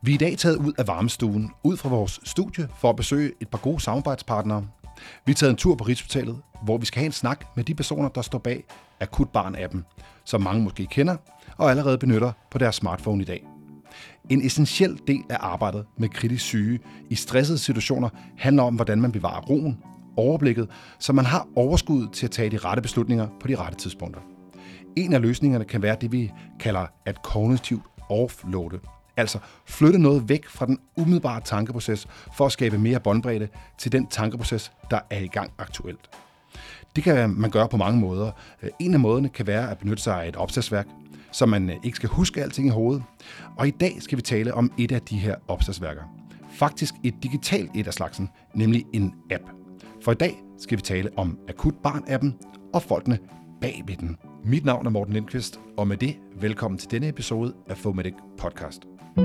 Vi er i dag taget ud af varmestuen, ud fra vores studie, for at besøge et par gode samarbejdspartnere. Vi er taget en tur på Rigshospitalet, hvor vi skal have en snak med de personer, der står bag Akutbarn-appen, som mange måske kender og allerede benytter på deres smartphone i dag. En essentiel del af arbejdet med kritisk syge i stressede situationer handler om, hvordan man bevarer roen, overblikket, så man har overskud til at tage de rette beslutninger på de rette tidspunkter. En af løsningerne kan være det, vi kalder at kognitivt offloade. Altså flytte noget væk fra den umiddelbare tankeproces for at skabe mere båndbredde til den tankeproces, der er i gang aktuelt. Det kan man gøre på mange måder. En af måderne kan være at benytte sig af et opslagsværk, så man ikke skal huske alting i hovedet. Og i dag skal vi tale om et af de her opslagsværker. Faktisk et digitalt et af slagsen, nemlig en app. For i dag skal vi tale om Akutbarn-appen og folkene bag ved den. Mit navn er Morten Lindqvist, og med det velkommen til denne episode af Fomedic Podcast.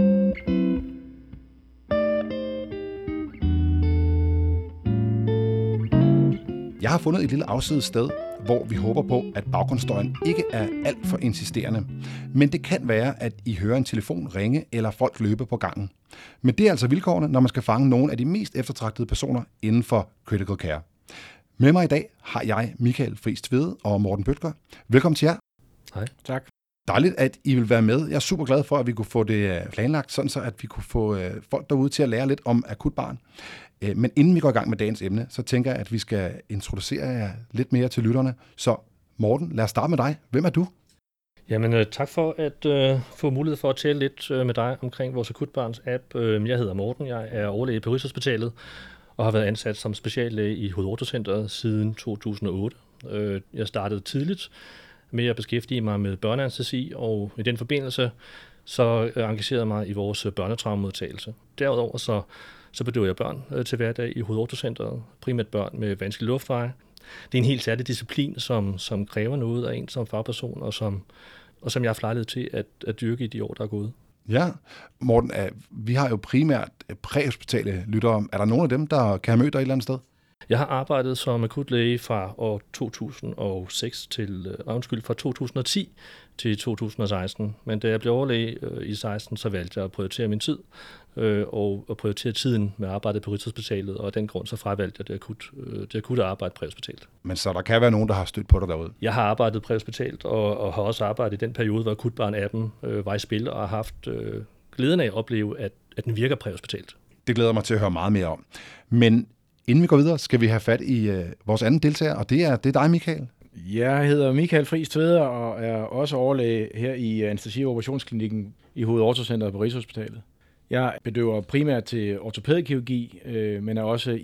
Jeg har fundet et lille afsides sted, hvor vi håber på, at baggrundsstøjen ikke er alt for insisterende. Men det kan være, at I hører en telefon ringe eller folk løbe på gangen. Men det er altså vilkårene, når man skal fange nogle af de mest eftertragtede personer inden for Critical Care. Med mig i dag har jeg Michael Friis Tvede og Morten Bødker. Velkommen til jer. Hej. Tak. Dejligt, at I vil være med. Jeg er super glad for, at vi kunne få det planlagt, sådan så at vi kunne få folk derude til at lære lidt om akutbarn. Men inden vi går i gang med dagens emne, så tænker jeg, at vi skal introducere jer lidt mere til lytterne. Så Morten, lad os starte med dig. Hvem er du? Jamen, tak for at få mulighed for at tale lidt med dig omkring vores Akutbarns app. Jeg hedder Morten, jeg er overlæge på Rigshospitalet og har været ansat som speciallæge i Hovedortocentret siden 2008. Jeg startede tidligt med at beskæftige mig med børneanæstesi, og i den forbindelse så engagerede jeg mig i vores børnetraumemodtagelse. Derudover så bedøver jeg børn til hverdag i Hovedortocentret, primært børn med vanskelige luftveje. Det er en helt særlig disciplin, som kræver noget af en som fagperson, og som jeg har haft lejlighed til at dyrke i de år, der er gået. Ja, Morten, vi har jo primært præhospitale lyttere. Er der nogen af dem, der kan have mødt dig et eller andet sted? Jeg har arbejdet som akutlæge fra år 2010 til 2016. Men da jeg blev overlæge i 16, så valgte jeg at prioritere min tid og prioritere tiden med arbejdet på Rigshospitalet, og af den grund så fravalgte jeg det akutte arbejde præhospitalt. Men så der kan være nogen, der har stødt på dig derude? Jeg har arbejdet præhospitalt og har også arbejdet i den periode, hvor Akutbarn-appen var i spil, og har haft glæden af at opleve, at den virker præhospitalt. Det glæder mig til at høre meget mere om. Men inden vi går videre, skal vi have fat i vores anden deltager, og det er dig, Michael. Jeg hedder Michael Friis Tvede og er også overlæge her i anæstesi- og operationsklinikken i Hovedortocentret på Rigshospitalet. Jeg bedøver primært til ortopædkirurgi, men er også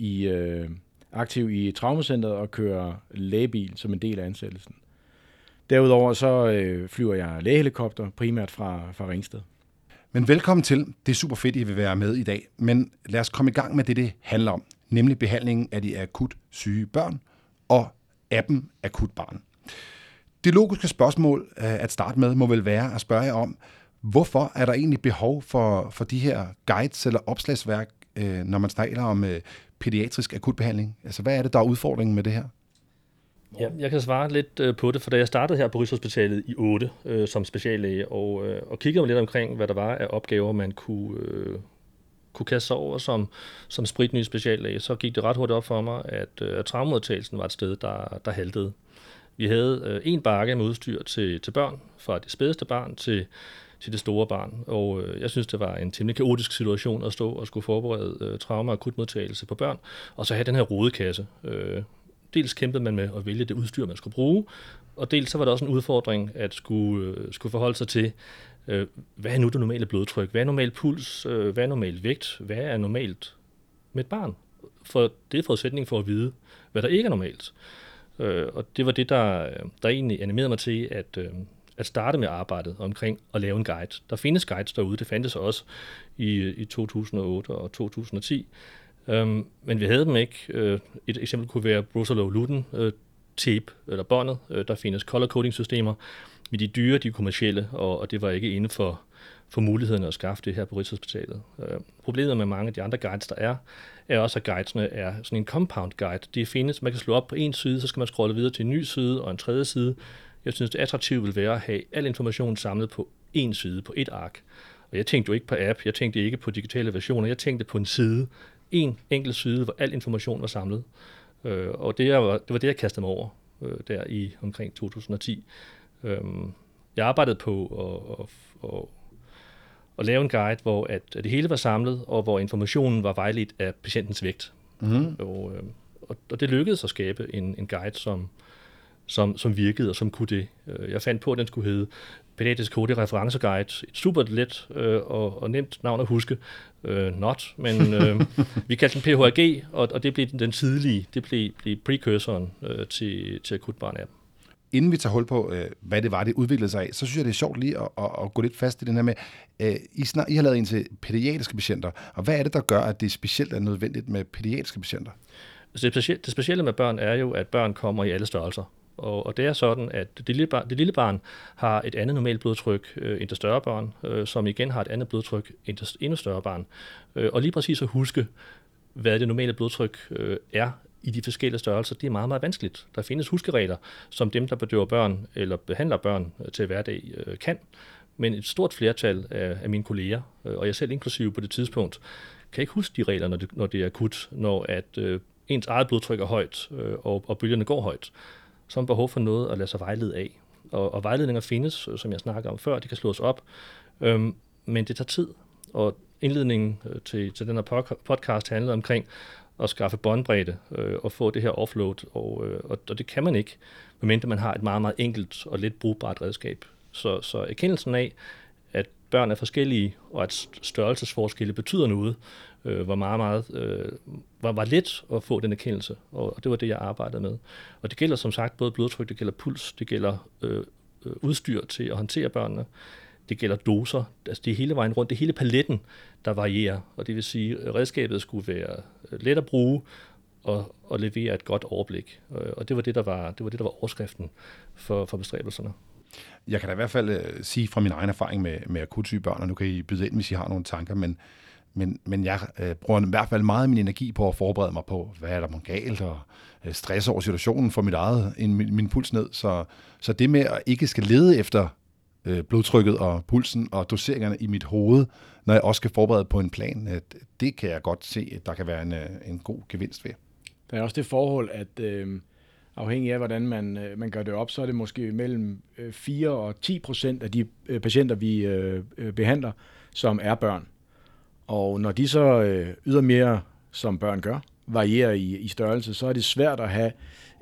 aktiv i traumacentret og kører lægebil som en del af ansættelsen. Derudover så flyver jeg lægehelikopter, primært fra Ringsted. Men velkommen til. Det er super fedt, at I vil være med i dag. Men lad os komme i gang med det handler om, nemlig behandlingen af de akut syge børn og appen Akutbarn. Det logiske spørgsmål at starte med må vel være at spørge jer om, hvorfor er der egentlig behov for de her guides eller opslagsværk, når man snakker om pædiatrisk akutbehandling? Altså, hvad er det, der er udfordringen med det her? Ja, jeg kan svare lidt på det, for da jeg startede her på Rigshospitalet i 8 som speciallæge og kiggede mig lidt omkring, hvad der var af opgaver, man kunne kaste sig over som spritny speciallæge, så gik det ret hurtigt op for mig, at traumemodtagelsen var et sted, der haltede. Vi havde en bakke med udstyr til børn, fra det spædeste barn til det store barn, og jeg synes, det var en temmelig kaotisk situation at stå og skulle forberede trauma- og akutmodtagelse på børn, og så have den her rodekasse. Dels kæmpede man med at vælge det udstyr, man skulle bruge, og dels så var det også en udfordring at skulle forholde sig til, hvad er nu det normale blodtryk, hvad er normal puls, hvad er normal vægt, hvad er normalt med et barn? For det er forudsætning for at vide, hvad der ikke er normalt. Og det var det, der egentlig animerede mig til at starte med arbejdet omkring at lave en guide. Der findes guides derude, det fandtes også i 2008 og 2010, men vi havde dem ikke. Et eksempel kunne være Brotherlow-Luden tape, eller båndet. Der findes color coding systemer, men de dyre, de er kommercielle, og det var ikke inden for mulighederne at skaffe det her på Rigshospitalet. Problemet med mange af de andre guides, der er også, at guidesene er sådan en compound guide. Det findes, man kan slå op på en side, så skal man scrolle videre til en ny side og en tredje side. Jeg synes, det attraktive vil være at have al information samlet på en side, på et ark. Og jeg tænkte jo ikke på app, jeg tænkte ikke på digitale versioner, jeg tænkte på en side, en enkelt side, hvor al information var samlet. Og det var det, jeg kastede mig over der i omkring 2010. Jeg arbejdede på at lave en guide, hvor at det hele var samlet, og hvor informationen var vejledt af patientens vægt. Mm. Og det lykkedes at skabe en guide, som virkede, og som kunne det. Jeg fandt på, at den skulle hedde Pædiatrisk Kode Referenceguide. Et super let og nemt navn at huske. Men vi kaldte den PHRG, og det blev den tidlige, det blev precursoren til akutbarn-appen. Inden vi tager hul på, hvad det var, det udviklede sig af, så synes jeg, det er sjovt lige at gå lidt fast i den her med, I har lavet en til pædiatriske patienter, og hvad er det, der gør, at det specielt er nødvendigt med pædiatriske patienter? Det specielle med børn er jo, at børn kommer i alle størrelser. Og det er sådan, at det lille barn har et andet normalt blodtryk end det større barn, som igen har et andet blodtryk end det endnu større barn. Og lige præcis at huske, hvad det normale blodtryk er i de forskellige størrelser, det er meget, meget vanskeligt. Der findes huskeregler, som dem, der bedøver børn eller behandler børn til hverdag, kan. Men et stort flertal af mine kolleger, og jeg selv inklusive på det tidspunkt, kan ikke huske de regler, når det er akut, når at ens eget blodtryk er højt, og bølgerne går højt. Så er man behov for noget at lade sig vejlede af. Og vejledninger findes, som jeg snakker om før, de kan slås op, men det tager tid. Og indledningen til den her podcast handlede omkring at skaffe båndbredde og få det her offload, og det kan man ikke, medmindre man har et meget, meget enkelt og let brugbart redskab. Så erkendelsen af, at børn er forskellige, og at størrelsesforskelle betyder noget, var let at få den erkendelse, og det var det, jeg arbejdede med. Og det gælder som sagt både blodtryk, det gælder puls, det gælder udstyr til at håndtere børnene, det gælder doser, altså det er hele vejen rundt, det er hele paletten, der varierer, og det vil sige, at redskabet skulle være let at bruge og levere et godt overblik. Og det var det, der var overskriften for bestræbelserne. Jeg kan da i hvert fald sige fra min egen erfaring med akutsyge børn, og nu kan I byde ind, hvis I har nogle tanker, men jeg bruger i hvert fald meget af min energi på at forberede mig på, hvad er der må galt, og stress over situationen for min puls ned. Så det med at ikke skal lede efter blodtrykket og pulsen og doseringerne i mit hoved, når jeg også skal forberede på en plan, det kan jeg godt se, at der kan være en god gevinst ved. Der er også det forhold, at afhængig af, hvordan man gør det op, så er det måske mellem 4 og 10% af de patienter, vi behandler, som er børn. Og når de så ydermere, som børn gør, varierer i størrelse, så er det svært at have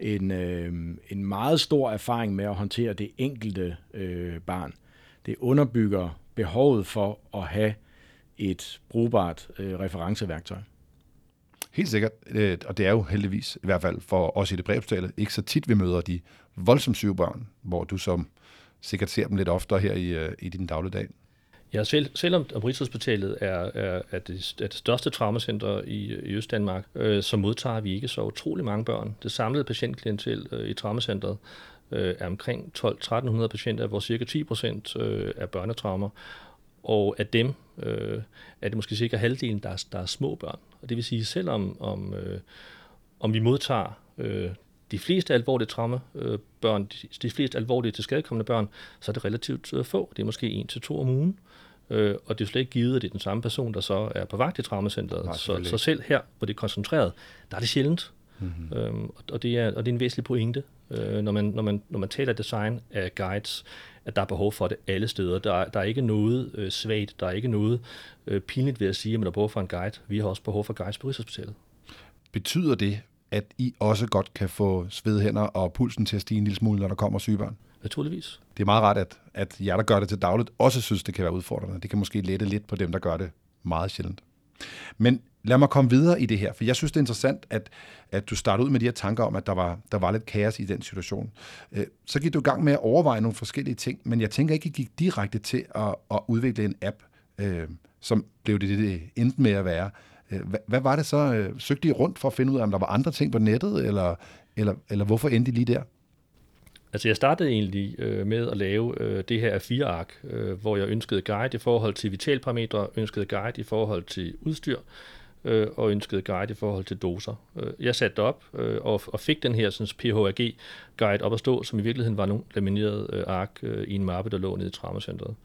en meget stor erfaring med at håndtere det enkelte barn. Det underbygger behovet for at have et brugbart referenceværktøj. Helt sikkert, og det er jo heldigvis, i hvert fald for os i det præhospitale, ikke så tit vi møder de voldsomt syge børn, hvor du som sikkert ser dem lidt oftere her i din dagligdag. Ja, selvom Rigshospitalet er det største traumacenter i Østdanmark, så modtager vi ikke så utrolig mange børn. Det samlede patientklientel i traumacentret er omkring 1.200-1.300 patienter, hvor ca. 10% er børnetraumer. Og af dem er det måske cirka halvdelen, der er små børn. Og det vil sige, selvom om vi modtager de fleste alvorlige traumabørn, de fleste alvorlige tilskadekommende børn, så er det relativt få. Det er måske 1-2 om ugen. Og det er jo slet ikke givet, at det er den samme person, der så er på vagt i traumacentret. Så selv her, hvor det er koncentreret, der er det sjældent. Mm-hmm. Og det er en væsentlig pointe, når man taler design af guides, at der er behov for det alle steder. Der er ikke noget svagt, der er ikke noget pinligt ved at sige, at man har behov for en guide. Vi har også behov for guides på Rigshospitalet. Betyder det, at I også godt kan få svedhænder og pulsen til at stige en lille smule, når der kommer syge børn? Naturligvis. Det er meget rart, at jer, der gør det til dagligt, også synes, det kan være udfordrende. Det kan måske lette lidt på dem, der gør det meget sjældent. Men lad mig komme videre i det her, for jeg synes, det er interessant, at du startede ud med de her tanker om, at der var lidt kaos i den situation. Så gik du i gang med at overveje nogle forskellige ting, men jeg tænker ikke, at I gik direkte til at udvikle en app, som blev det endte med at være. Hvad var det så? Søgte I rundt for at finde ud af, om der var andre ting på nettet, eller hvorfor endte I lige der? Altså jeg startede egentlig med at lave det her A4-ark, hvor jeg ønskede guide i forhold til vitalparametre, ønskede guide i forhold til udstyr, og ønskede guide i forhold til doser. Jeg satte det op og fik den her sådan, PHRG-guide op at stå, som i virkeligheden var nogle laminerede ark i en mappe, der lå nede i traumacentret.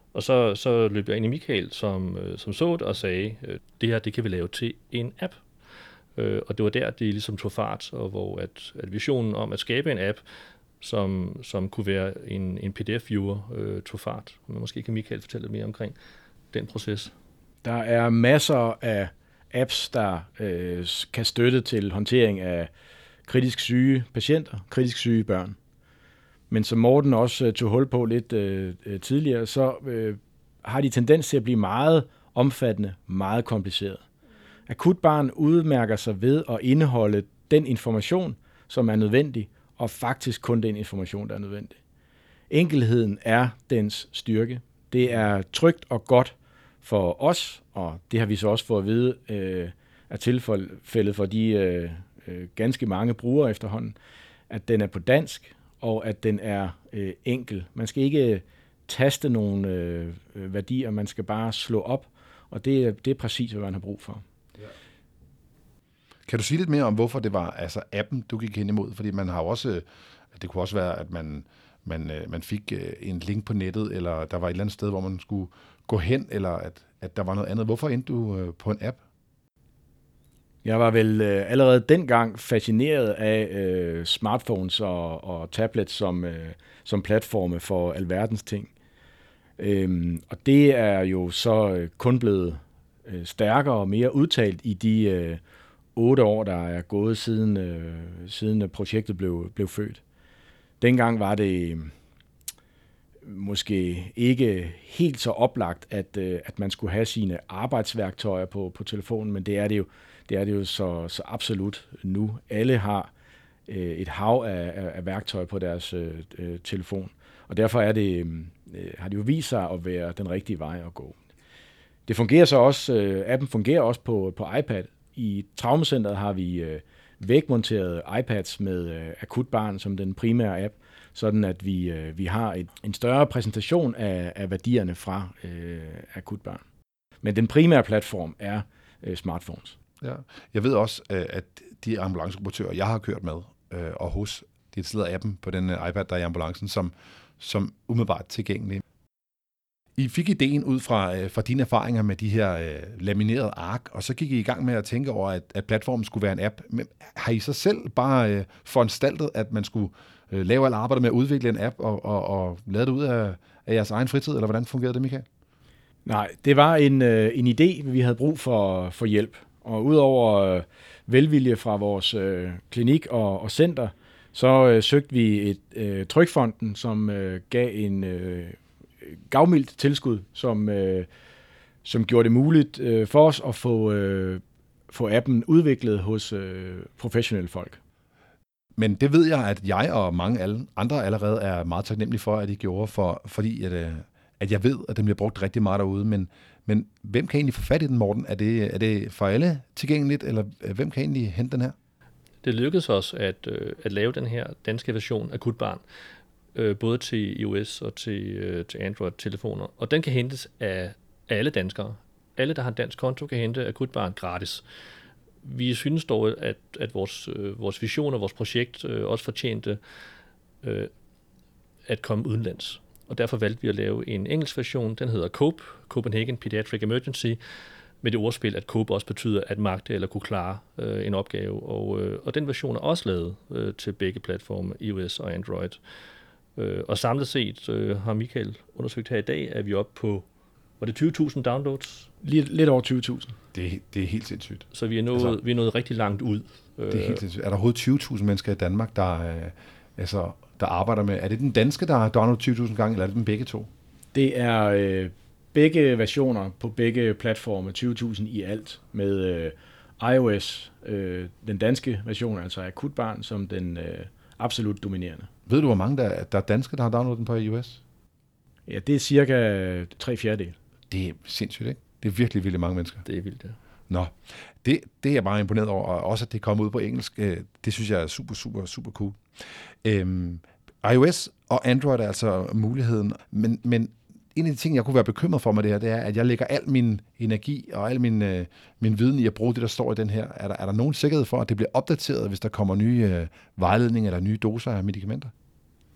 Og så løb jeg ind i Michael, som så det og sagde, det her, det kan vi lave til en app. Og det var der, det ligesom tog fart, og hvor at visionen om at skabe en app, som kunne være en PDF-viewer, tog fart. Men måske kan Michael fortælle lidt mere omkring den proces. Der er masser af apps, der kan støtte til håndtering af kritisk syge patienter, kritisk syge børn. Men som Morten også tog hul på lidt tidligere, så har de tendens til at blive meget omfattende, meget kompliceret. Akutbarn udmærker sig ved at indeholde den information, som er nødvendig, og faktisk kun den information, der er nødvendig. Enkelheden er dens styrke. Det er trygt og godt for os, og det har vi så også fået at vide er tilfældet for de ganske mange brugere efterhånden, at den er på dansk, og at den er enkel. Man skal ikke taste nogle værdier, man skal bare slå op, og det er præcis, hvad man har brug for. Ja. Kan du sige lidt mere om, hvorfor det var altså appen, du gik hen imod? Fordi man har også, det kunne også være, at man fik en link på nettet, eller der var et eller andet sted, hvor man skulle gå hen, eller at der var noget andet. Hvorfor endte du på en app? Jeg var vel allerede dengang fascineret af smartphones og tablets som platforme for alverdens ting. Og det er jo så kun blevet stærkere og mere udtalt i de 8 år, der er gået siden projektet blev født. Dengang var det måske ikke helt så oplagt, at man skulle have sine arbejdsværktøjer på telefonen, men det er det jo så absolut nu. Alle har et hav af værktøjer på deres telefon, og derfor har det jo vist sig at være den rigtige vej at gå. Det fungerer så også, appen fungerer også på iPad. I Traumecentret har vi vægmonterede iPads med Akutbarn som den primære app, sådan at vi har en større præsentation af værdierne fra Akutbarn. Men den primære platform er smartphones. Ja. Jeg ved også, at de ambulanceoperatører, jeg har kørt med, og hos, de sidder appen på den iPad, der er i ambulancen, som umiddelbart tilgængelig. I fik ideen ud fra dine erfaringer med de her laminerede ark, og så gik I gang med at tænke over, at platformen skulle være en app. Men har I så selv bare foranstaltet, at man skulle lave alt arbejdet med at udvikle en app og lade det ud af jeres egen fritid, eller hvordan fungerede det, Michael? Nej, det var en idé, vi havde brug for hjælp. Og udover velvilje fra vores klinik og center, så søgte vi et Trygfonden, som gav en gavmildt tilskud, som gjorde det muligt for os at få appen udviklet hos professionelle folk. Men det ved jeg, at jeg og mange andre allerede er meget taknemmelige for, at I gjorde, fordi at jeg ved, at den bliver brugt rigtig meget derude. Men hvem kan egentlig få fat i den, Morten? Er det for alle tilgængeligt, eller hvem kan egentlig hente den her? Det lykkedes os at lave den her danske version af Akutbarn, både til iOS og til Android-telefoner. Og den kan hentes af alle danskere. Alle, der har en dansk konto, kan hente Akutbarn gratis. Vi synes dog, at vores vision og vores projekt også fortjente at komme udenlands. Og derfor valgte vi at lave en engelsk version. Den hedder COPE, Copenhagen Pediatric Emergency, med det ordspil, at COPE også betyder at magte eller kunne klare en opgave. Og den version er også lavet til begge platforme, iOS og Android. Og samlet set har Michael undersøgt her i dag, at vi er oppe på, var det 20.000 downloads? Lidt over 20.000. Det er helt sindssygt. Så vi er nået rigtig langt ud. Det er helt sindssygt. Er der overhovedet 20.000 mennesker i Danmark, der arbejder med? Er det den danske, der har downloadet 20.000 gange, eller er det dem begge to? Det er begge versioner på begge platforme, 20.000 i alt, med iOS, den danske version, altså Akutbarn, som den absolut dominerende. Ved du, hvor mange der er danske, der har downloadet den på iOS? Ja, det er cirka 3/4. Det er sindssygt, ikke? Det er virkelig, virkelig mange mennesker. Det er vildt, ja. Nå, det er jeg bare imponeret over, og også at det kommer ud på engelsk, det synes jeg er super, super, super cool. iOS og Android er altså muligheden, men en af de ting, jeg kunne være bekymret for med det her, det er, at jeg lægger al min energi og al min viden i at bruge det, der står i den her. Er der nogen sikkerhed for, at det bliver opdateret, hvis der kommer nye vejledninger eller nye doser af medicamenter?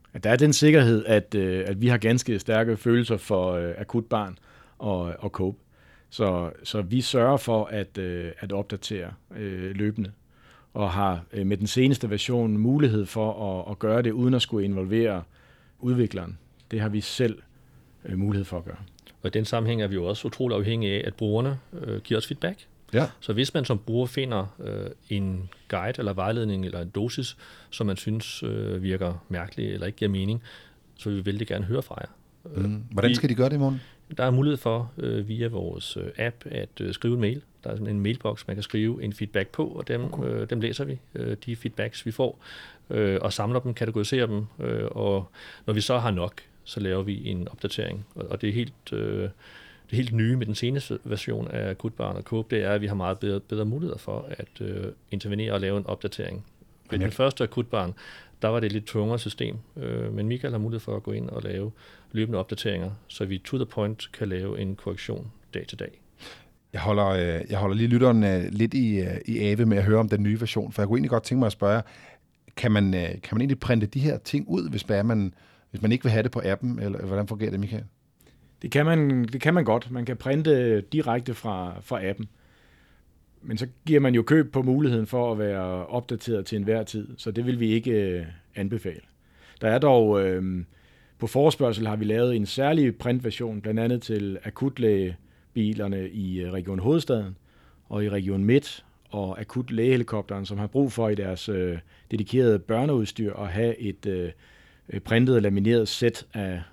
At der er den sikkerhed, at vi har ganske stærke følelser for akut barn og cope. Så vi sørger for at opdatere løbende, og har med den seneste version mulighed for at gøre det, uden at skulle involvere udvikleren. Det har vi selv mulighed for at gøre. Og i den sammenhæng er vi jo også utrolig afhængige af, at brugerne giver os feedback. Ja. Så hvis man som bruger finder en guide eller vejledning eller en dosis, som man synes virker mærkelig eller ikke giver mening, så vil vi vældig gerne høre fra jer. Hvordan skal de gøre det i morgen? Der er mulighed for via vores app at skrive en mail. Der er sådan en mailbox, man kan skrive en feedback på, og dem læser vi, de feedbacks, vi får, og samler dem, kategoriserer dem, og når vi så har nok, så laver vi en opdatering. Og det er helt nye med den seneste version af Akutbarn og Cope, det er, at vi har meget bedre muligheder for at intervenere og lave en opdatering. Med den første Akutbarn, der var det et lidt tungere system, men Michael har mulighed for at gå ind og lave løbende opdateringer, så vi to the point kan lave en korrektion dag til dag. Jeg holder lige lytteren lidt i ave med at høre om den nye version, for jeg kunne egentlig godt tænke mig at spørge, kan man egentlig printe de her ting ud, hvis man ikke vil have det på appen, eller hvordan fungerer det, Michael? Det kan man godt. Man kan printe direkte fra appen. Men så giver man jo køb på muligheden for at være opdateret til enhver tid, så det vil vi ikke anbefale. Der er dog, på forespørgsel har vi lavet en særlig printversion, blandt andet til akutlægebilerne i Region Hovedstaden og i Region Midt, og akutlægehelikopteren, som har brug for i deres dedikerede børneudstyr at have et printet og lamineret sæt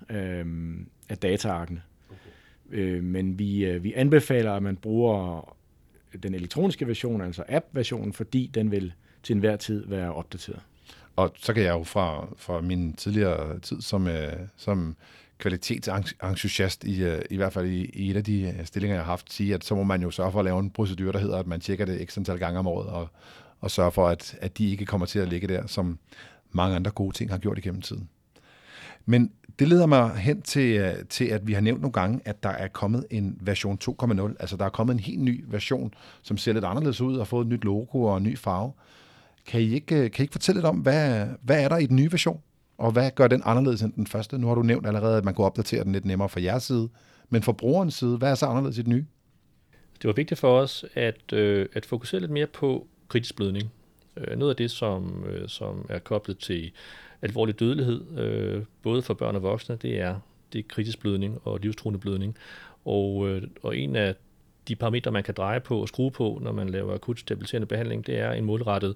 af dataarkene. Okay. Men vi anbefaler, at man bruger den elektroniske version, altså app-versionen, fordi den vil til enhver tid være opdateret. Og så kan jeg jo fra min tidligere tid som kvalitetsentusiast, i hvert fald i et af de stillinger, jeg har haft, sige, at så må man jo sørge for at lave en procedure, der hedder, at man tjekker det x antal gange om året, og sørge for, at de ikke kommer til at ligge der, som mange andre gode ting har gjort igennem tiden. Men det leder mig hen til, at vi har nævnt nogle gange, at der er kommet en version 2.0. Altså, der er kommet en helt ny version, som ser lidt anderledes ud og har fået et nyt logo og en ny farve. Kan I ikke fortælle lidt om, hvad er der i den nye version? Og hvad gør den anderledes end den første? Nu har du nævnt allerede, at man kunne opdatere den lidt nemmere fra jeres side. Men fra brugerens side, hvad er så anderledes i den nye? Det var vigtigt for os at fokusere lidt mere på kritisk blødning. Noget af det, som er koblet til alvorlig dødelighed, både for børn og voksne, det er kritisk blødning og livstruende blødning. Og en af de parametre, man kan dreje på og skrue på, når man laver akut stabiliserende behandling, det er en målrettet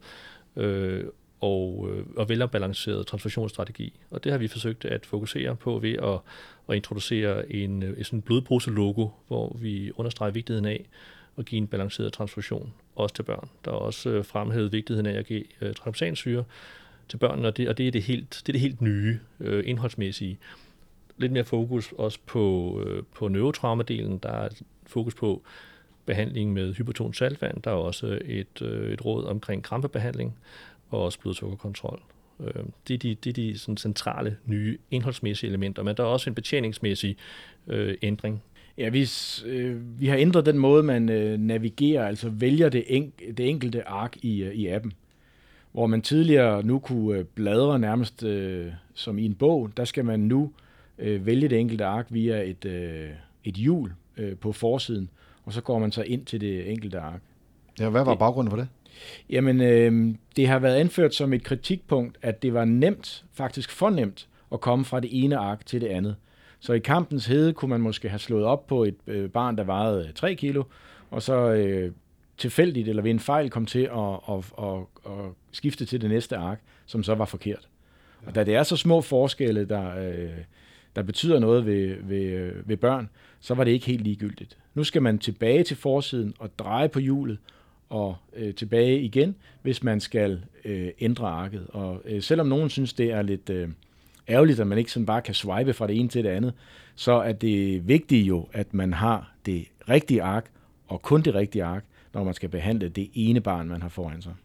og velafbalanceret transfusionsstrategi. Og det har vi forsøgt at fokusere på ved at introducere et sådan blodpose-logo, hvor vi understreger vigtigheden af at give en balanceret transfusion, også til børn. Der er også fremhævet vigtigheden af at give triptofansyre til børnene, og det er det helt nye indholdsmæssige. Lidt mere fokus også på neurotraumadelen. Der er fokus på behandling med hyperton saltvand. Der er også et råd omkring krampebehandling og også blodsukkerkontrol. Det er de sådan centrale nye indholdsmæssige elementer, men der er også en betjeningsmæssig ændring. Ja, vi har ændret den måde, man navigerer, altså vælger det enkelte ark i appen. Hvor man tidligere nu kunne bladre nærmest som i en bog, der skal man nu vælge det enkelte ark via et hjul på forsiden, og så går man så ind til det enkelte ark. Ja, hvad var baggrunden for det? Jamen, det har været anført som et kritikpunkt, at det var nemt, faktisk for nemt, at komme fra det ene ark til det andet. Så i kampens hede kunne man måske have slået op på et barn, der vejede 3 kilo, og så tilfældigt eller ved en fejl kom til at skifte til det næste ark, som så var forkert. Ja. Og da det er så små forskelle, der betyder noget ved børn, så var det ikke helt ligegyldigt. Nu skal man tilbage til forsiden og dreje på hjulet og tilbage igen, hvis man skal ændre arket. Og selvom nogen synes, det er lidt ærgerligt, at man ikke sådan bare kan swipe fra det ene til det andet, så er det vigtigt jo, at man har det rigtige ark, og kun det rigtige ark, når man skal behandle det ene barn, man har foran sig.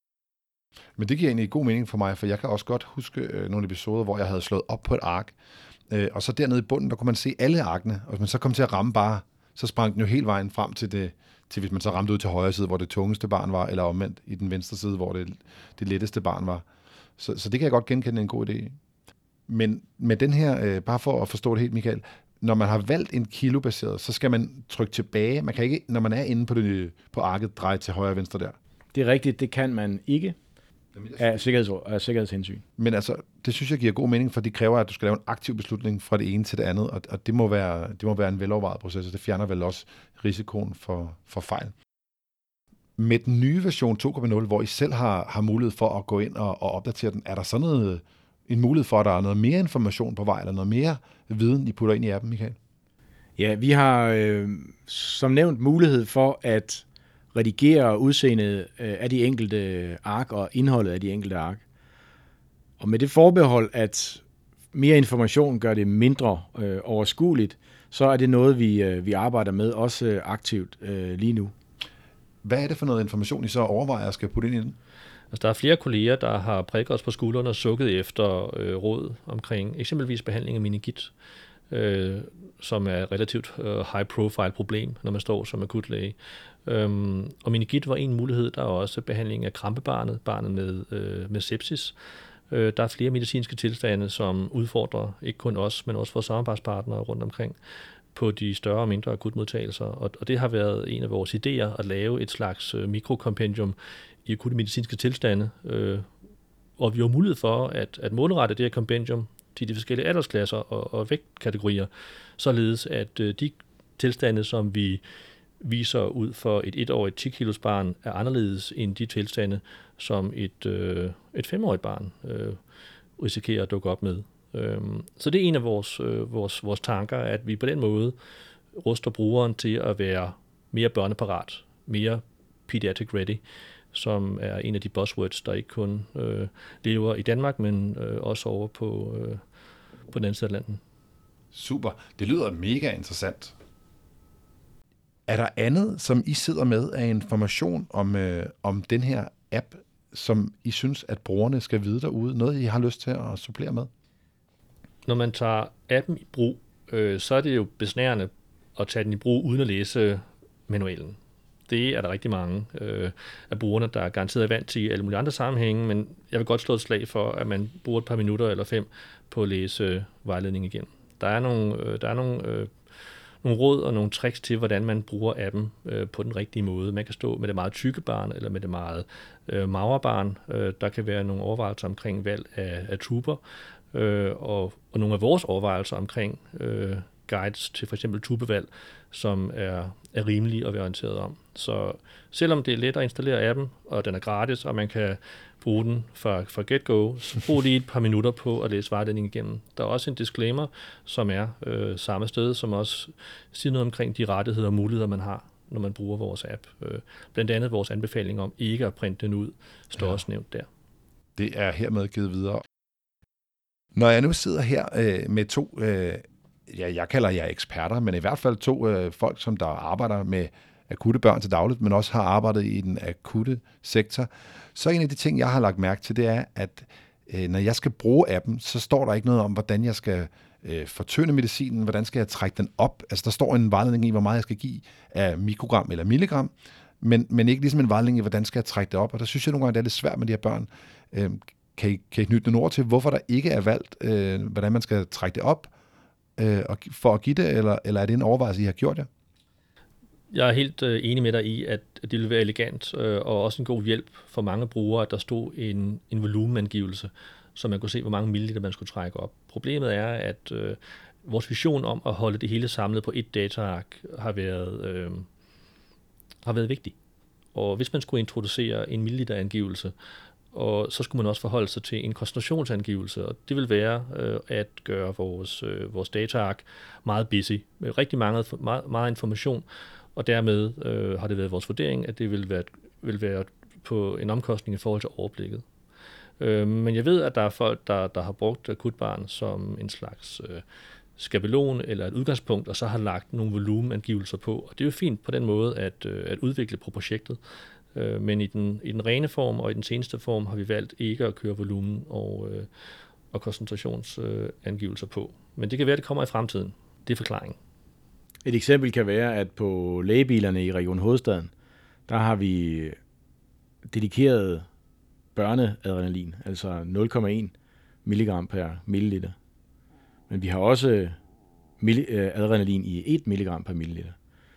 Men det giver egentlig god mening for mig, for jeg kan også godt huske nogle episoder, hvor jeg havde slået op på et ark, og så dernede i bunden, der kunne man se alle arkene, og hvis man så kom til at ramme bare, så sprang den jo hele vejen frem til hvis man så ramte ud til højre side, hvor det tungeste barn var, eller omvendt i den venstre side, hvor det letteste barn var. Så det kan jeg godt genkende en god idé. Men med den her, bare for at forstå det helt, Michael, når man har valgt en kilobaseret, så skal man trykke tilbage. Man kan ikke, når man er inde på arket, dreje til højre og venstre der. Det er rigtigt, det kan man ikke af sikkerhedshensyn. Men altså, det synes jeg giver god mening, for det kræver, at du skal lave en aktiv beslutning fra det ene til det andet, og det må være en velovervejet proces, og det fjerner vel også risikoen for fejl. Med den nye version 2.0, hvor I selv har mulighed for at gå ind og opdatere den, er der sådan en mulighed for, at der er noget mere information på vej, eller noget mere viden, I putter ind i appen, Michael? Ja, vi har som nævnt mulighed for at redigere udseendet af de enkelte ark og indholdet af de enkelte ark. Og med det forbehold, at mere information gør det mindre overskueligt, så er det noget, vi arbejder med også aktivt lige nu. Hvad er det for noget information, I så overvejer at skal putte ind i den? Altså, der er flere kolleger, der har prikket os på skuldrene og sukket efter råd omkring eksempelvis behandling af meningit, som er et relativt high-profile problem, når man står som akutlæge. Og meningit var en mulighed. Der er også behandling af krampebarnet, barnet med sepsis. Der er flere medicinske tilstande, som udfordrer ikke kun os, men også vores samarbejdspartnere rundt omkring på de større og mindre akutmodtagelser. Og det har været en af vores idéer at lave et slags mikrokompendium i akutte medicinske tilstande. Og vi har mulighed for at målrette det her kompendium til de forskellige aldersklasser og vægtkategorier, således at de tilstande, som vi viser ud for et 1-årigt 10 kilos barn, er anderledes end de tilstande, som et 5-årigt barn risikerer at dukke op med. Så det er en af vores tanker, at vi på den måde ruster brugeren til at være mere børneparat, mere pediatric ready, som er en af de buzzwords, der ikke kun lever i Danmark, men også over på den anden side af landet. Super. Det lyder mega interessant. Er der andet, som I sidder med af information om den her app, som I synes, at brugerne skal vide derude? Noget, I har lyst til at supplere med? Når man tager appen i brug, så er det jo besnærende at tage den i brug uden at læse manualen. Det er der rigtig mange af brugerne, der er garanteret vant til i alle mulige andre sammenhænge, men jeg vil godt slå et slag for, at man bruger et par minutter eller 5 på at læse vejledningen igen. Der er nogle råd og nogle tricks til, hvordan man bruger appen på den rigtige måde. Man kan stå med det meget tykke barn eller med det meget magre barn. Der kan være nogle overvejelser omkring valg af tuber, og nogle af vores overvejelser omkring guides til for eksempel tubevalg, som er rimelige at være orienteret om. Så selvom det er let at installere appen, og den er gratis, og man kan bruge den fra get-go, så brug lige et par minutter på at læse vejledningen igennem. Der er også en disclaimer, som er samme sted, som også siger noget omkring de rettigheder og muligheder, man har, når man bruger vores app. Blandt andet vores anbefaling om ikke at printe den ud, står også nævnt der. Det er hermed givet videre. Når jeg nu sidder her med 2, jeg kalder jer eksperter, men i hvert fald 2 folk, som der arbejder med akutte børn til dagligt, men også har arbejdet i den akutte sektor, så en af de ting, jeg har lagt mærke til, det er, at når jeg skal bruge appen, så står der ikke noget om, hvordan jeg skal fortynde medicinen, hvordan skal jeg trække den op. Altså der står en vejledning i, hvor meget jeg skal give af mikrogram eller milligram, men ikke ligesom en vejledning i, hvordan skal jeg trække det op. Og der synes jeg nogle gange, det er lidt svært med de her børn. Kan I knytte nogle ord til, hvorfor der ikke er valgt, hvordan man skal trække det op, for at give det, eller er det en overvejelse, I har gjort jer? Jeg er helt enig med dig i, at det vil være elegant og også en god hjælp for mange brugere, at der stod en volumenangivelse, så man kunne se, hvor mange milliliter man skulle trække op. Problemet er, at vores vision om at holde det hele samlet på et dataark har været vigtig. Og hvis man skulle introducere en milliliterangivelse, og så skulle man også forholde sig til en koncentrationsangivelse, og det vil være at gøre vores dataark meget busy, med rigtig meget information, og dermed har det været vores vurdering, at det vil være på en omkostning i forhold til overblikket. Men jeg ved, at der er folk, der har brugt akutbarn som en slags skabelon eller et udgangspunkt, og så har lagt nogle volumenangivelser på. Og det er jo fint på den måde at udvikle på projektet. Men i den rene form og i den seneste form har vi valgt ikke at køre volumen og koncentrationsangivelser på. Men det kan være, at det kommer i fremtiden. Det er forklaringen. Et eksempel kan være, at på lægebilerne i Region Hovedstaden, der har vi dedikeret børneadrenalin, altså 0,1 milligram per milliliter. Men vi har også adrenalin i 1 milligram per milliliter.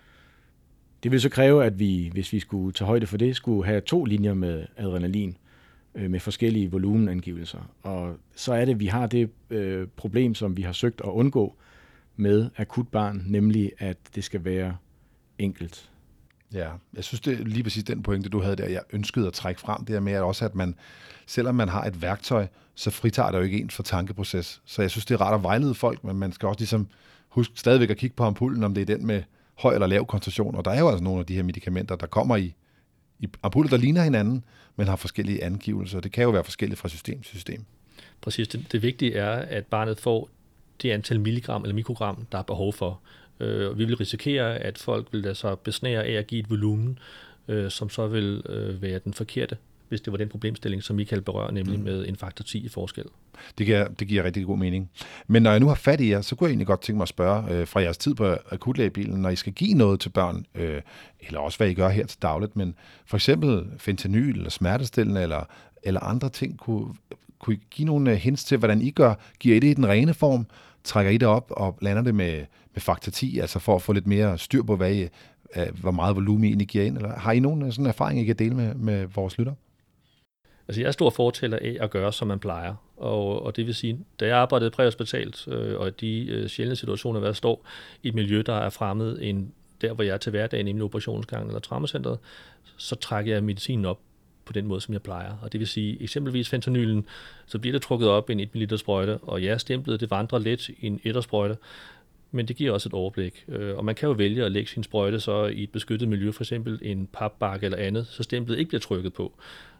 Det vil så kræve, at vi, hvis vi skulle tage højde for det, skulle have 2 linjer med adrenalin med forskellige volumenangivelser. Og så er det, vi har det problem, som vi har søgt at undgå med akut barn, nemlig at det skal være enkelt. Ja, jeg synes, det er lige præcis den pointe, du havde der, jeg ønskede at trække frem, det er med, at også at man, selvom man har et værktøj, så fritager det jo ikke ens for tankeproces. Så jeg synes, det er rart at vejlede folk, men man skal også ligesom huske stadigvæk at kigge på ampullen, om det er den med høj eller lav koncentration. Og der er jo altså nogle af de her medicamenter, der kommer i ampuller, der ligner hinanden, men har forskellige angivelser. Det kan jo være forskelligt fra system til system. Præcis. Det vigtige er, at barnet får det antal milligram eller mikrogram, der er behov for. Vi vil risikere, at folk vil lade sig besnære af at give et volumen, som så vil være den forkerte, hvis det var den problemstilling, som Michael berører, nemlig med en faktor 10 i forskel. Det giver rigtig god mening. Men når jeg nu har fat i jer, så kunne jeg egentlig godt tænke mig at spørge fra jeres tid på akutlægebilen, når I skal give noget til børn, eller også hvad I gør her til dagligt, men for eksempel fentanyl eller smertestillende eller andre ting, kunne I give nogle hints til, hvordan I gør? Giver I det i den rene form? Trækker I det op og blander det med faktor 10, altså for at få lidt mere styr på, hvor meget volumen I egentlig giver ind? Eller har I nogen sådan erfaring, I kan dele med vores lytter? Altså jeg er stor fortæller af at gøre, som man plejer. Og det vil sige, da jeg arbejdede præhospitalt, og i de sjældne situationer, hvor jeg står i et miljø, der er fremmed end der, hvor jeg er til hverdagen, nemlig operationsgangen eller traumacentret, så trækker jeg medicinen op på den måde, som jeg plejer. Og det vil sige, eksempelvis fentanylen, så bliver det trukket op i en 1 ml sprøjte, og ja, stemplet, det vandrer let i en 1 sprøjte, men det giver også et overblik. Og man kan jo vælge at lægge sin sprøjte så i et beskyttet miljø, for eksempel en papbakke eller andet, så stemplet ikke bliver trykket på.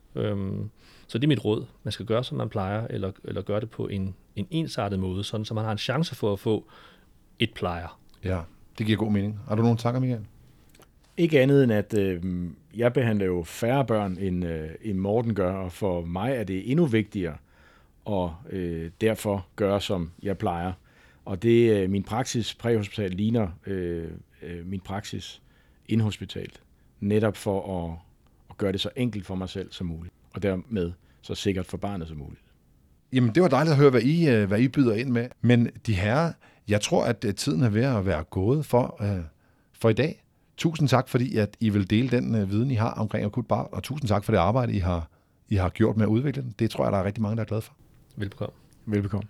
Så det er mit råd. Man skal gøre, som man plejer, eller gøre det på en ensartet måde, sådan så man har en chance for at få et plejer. Ja, det giver god mening. Har du nogle tanker, Michael? Ikke andet end, at jeg behandler jo færre børn, end Morten gør, og for mig er det endnu vigtigere at derfor gøre, som jeg plejer. Og det min praksis præhospital ligner min praksis inhospitalt, netop for at gøre det så enkelt for mig selv som muligt, og dermed så sikkert for barnet som muligt. Jamen, det var dejligt at høre, hvad I byder ind med. Men de herrer, jeg tror, at tiden er ved at være gået for i dag. Tusind tak, fordi at I vil dele den viden, I har omkring akut barn, og tusind tak for det arbejde, I har gjort med at udvikle den. Det tror jeg, der er rigtig mange, der er glade for. Velbekomme. Velbekomme.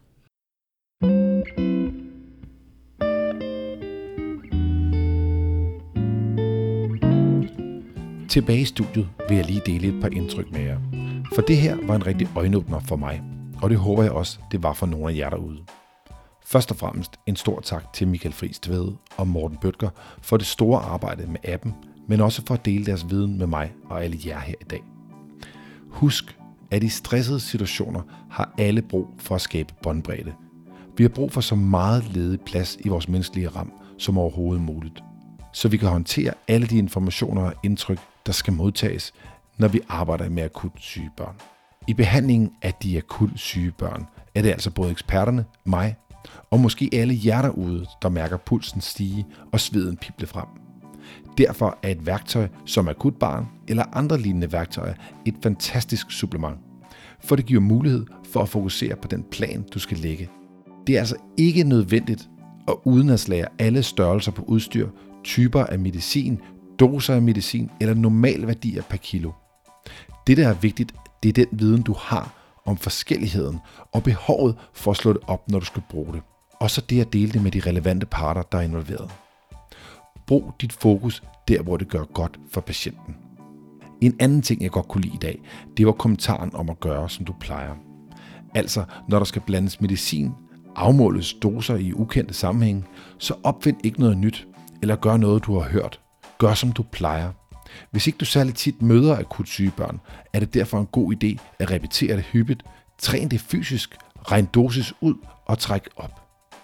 Tilbage i studiet vil jeg lige dele et par indtryk med jer. For det her var en rigtig øjenåbner for mig, og det håber jeg også, det var for nogle af jer derude. Først og fremmest en stor tak til Michael Friis Tvede og Morten Bødker for det store arbejde med appen, men også for at dele deres viden med mig og alle jer her i dag. Husk, at i stressede situationer har alle brug for at skabe båndbredde. Vi har brug for så meget ledig plads i vores menneskelige ram som overhovedet muligt, så vi kan håndtere alle de informationer og indtryk, der skal modtages, når vi arbejder med akut syge børn. I behandlingen af de akut syge børn er det altså både eksperterne, mig og måske alle jer derude, der mærker pulsen stige og sveden pible frem. Derfor er et værktøj som akutbarn eller andre lignende værktøjer et fantastisk supplement, for det giver mulighed for at fokusere på den plan, du skal lægge. Det er altså ikke nødvendigt at udenadslære alle størrelser på udstyr, typer af medicin, doser af medicin eller normal værdier per kilo. Det, der er vigtigt, det er den viden, du har om forskelligheden og behovet for at slå det op, når du skal bruge det. Og så det at dele det med de relevante parter, der er involveret. Brug dit fokus der, hvor det gør godt for patienten. En anden ting, jeg godt kunne lide i dag, det var kommentaren om at gøre, som du plejer. Altså, når der skal blandes medicin, afmåles doser i ukendte sammenhænge, så opfind ikke noget nyt, eller gør noget, du har hørt. Gør, som du plejer. Hvis ikke du særligt tit møder akut syge børn, er det derfor en god idé at repetere det hyppigt, træn det fysisk, regn dosis ud og træk op.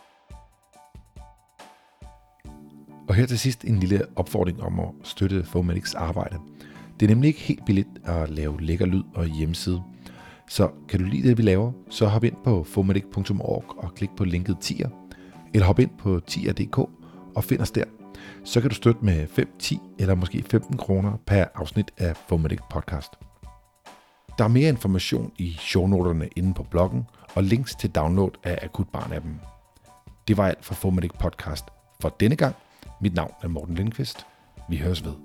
Og her til sidst en lille opfordring om at støtte Fomedics arbejde. Det er nemlig ikke helt billigt at lave lækker lyd og hjemmeside. Så kan du lide det, vi laver, så hop ind på fomedic.org og klik på linket tier, eller hop ind på tier.dk og find os der. Så kan du støtte med 5, 10 eller måske 15 kroner per afsnit af Fomedic podcast. Der er mere information i shownoterne inde på bloggen, og links til download af Akutbarn-appen. Det var alt fra Fomedic Podcast for denne gang. Mit navn er Morten Lindqvist. Vi høres ved.